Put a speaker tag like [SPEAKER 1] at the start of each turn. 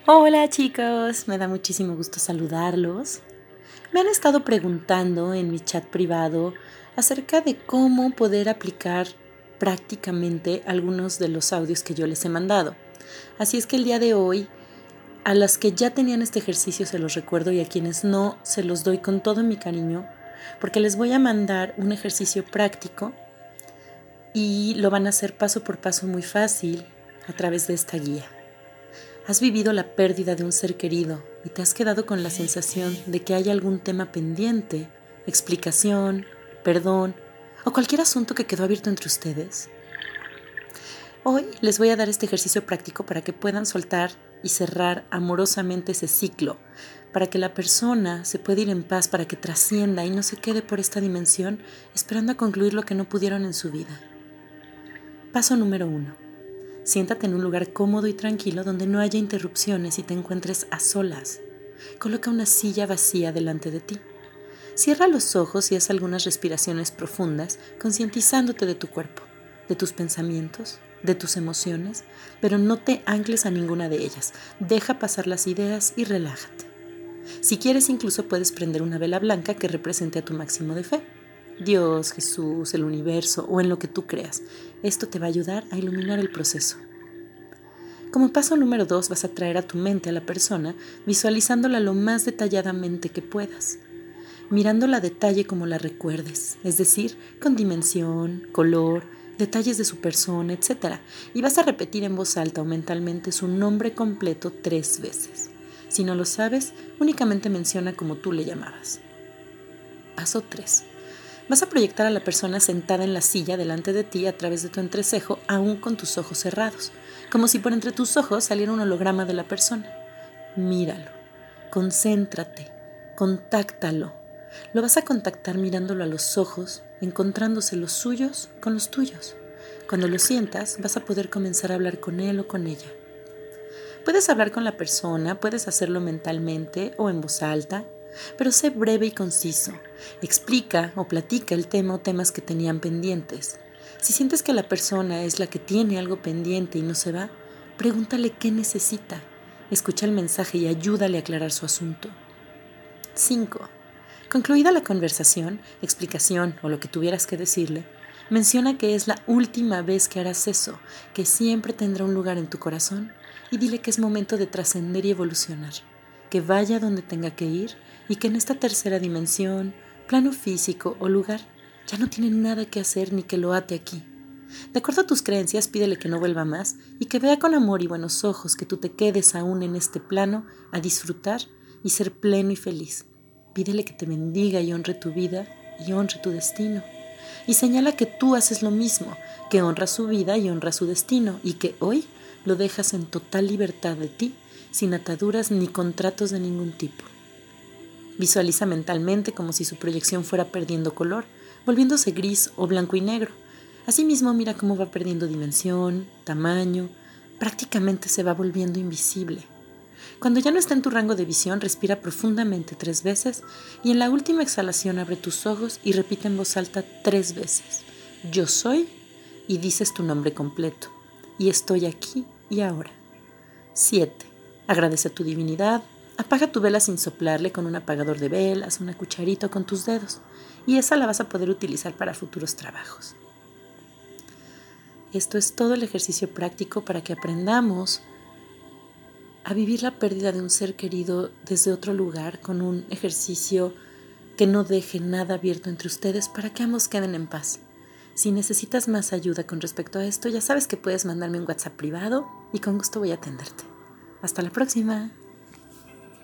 [SPEAKER 1] Hola chicos, me da muchísimo gusto saludarlos. Me han estado preguntando en mi chat privado acerca de cómo poder aplicar prácticamente algunos de los audios que yo les he mandado. Así es que el día de hoy, a las que ya tenían este ejercicio se los recuerdo y a quienes no se los doy con todo mi cariño, porque les voy a mandar un ejercicio práctico y lo van a hacer paso por paso muy fácil a través de esta guía. Has vivido la pérdida de un ser querido y te has quedado con la sensación de que hay algún tema pendiente, explicación, perdón o cualquier asunto que quedó abierto entre ustedes. Hoy les voy a dar este ejercicio práctico para que puedan soltar y cerrar amorosamente ese ciclo, para que la persona se pueda ir en paz, para que trascienda y no se quede por esta dimensión esperando a concluir lo que no pudieron en su vida. Paso número 1. Siéntate en un lugar cómodo y tranquilo donde no haya interrupciones y te encuentres a solas. Coloca una silla vacía delante de ti. Cierra los ojos y haz algunas respiraciones profundas, concientizándote de tu cuerpo, de tus pensamientos, de tus emociones, pero no te ancles a ninguna de ellas. Deja pasar las ideas y relájate. Si quieres, incluso puedes prender una vela blanca que represente a tu máximo de fe. Dios, Jesús, el universo o en lo que tú creas. Esto te va a ayudar a iluminar el proceso. Como paso número 2 vas a traer a tu mente a la persona visualizándola lo más detalladamente que puedas, mirándola a detalle como la recuerdes, es decir, con dimensión, color, detalles de su persona, etc. Y vas a repetir en voz alta o mentalmente su nombre completo 3 veces. Si no lo sabes, únicamente menciona como tú le llamabas. Paso 3. Vas a proyectar a la persona sentada en la silla delante de ti a través de tu entrecejo, aún con tus ojos cerrados, como si por entre tus ojos saliera un holograma de la persona. Míralo, concéntrate, contáctalo. Lo vas a contactar mirándolo a los ojos, encontrándose los suyos con los tuyos. Cuando lo sientas, vas a poder comenzar a hablar con él o con ella. Puedes hablar con la persona, puedes hacerlo mentalmente o en voz alta, pero sé breve y conciso. Explica o platica el tema o temas que tenían pendientes. Si sientes que la persona es la que tiene algo pendiente y no se va, pregúntale qué necesita. Escucha el mensaje y ayúdale a aclarar su asunto. 5. Concluida la conversación, explicación o lo que tuvieras que decirle, menciona que es la última vez que harás eso, que siempre tendrá un lugar en tu corazón y dile que es momento de trascender y evolucionar, que vaya donde tenga que ir y que en esta tercera dimensión, plano físico o lugar, ya no tiene nada que hacer ni que lo ate aquí. De acuerdo a tus creencias, pídele que no vuelva más y que vea con amor y buenos ojos que tú te quedes aún en este plano a disfrutar y ser pleno y feliz. Pídele que te bendiga y honre tu vida y honre tu destino. Y señala que tú haces lo mismo, que honras su vida y honras su destino y que hoy lo dejas en total libertad de ti, sin ataduras ni contratos de ningún tipo. Visualiza mentalmente como si su proyección fuera perdiendo color, volviéndose gris o blanco y negro. Asimismo, mira cómo va perdiendo dimensión, tamaño, prácticamente se va volviendo invisible. Cuando ya no está en tu rango de visión, respira profundamente 3 veces y en la última exhalación abre tus ojos y repite en voz alta 3 veces. Yo soy, y dices tu nombre completo. Y estoy aquí y ahora. 7. Agradece a tu divinidad. Apaga tu vela sin soplarle con un apagador de velas, una cucharita o con tus dedos. Y esa la vas a poder utilizar para futuros trabajos. Esto es todo el ejercicio práctico para que aprendamos a vivir la pérdida de un ser querido desde otro lugar, con un ejercicio que no deje nada abierto entre ustedes para que ambos queden en paz. Si necesitas más ayuda con respecto a esto, ya sabes que puedes mandarme un WhatsApp privado y con gusto voy a atenderte. Hasta la próxima.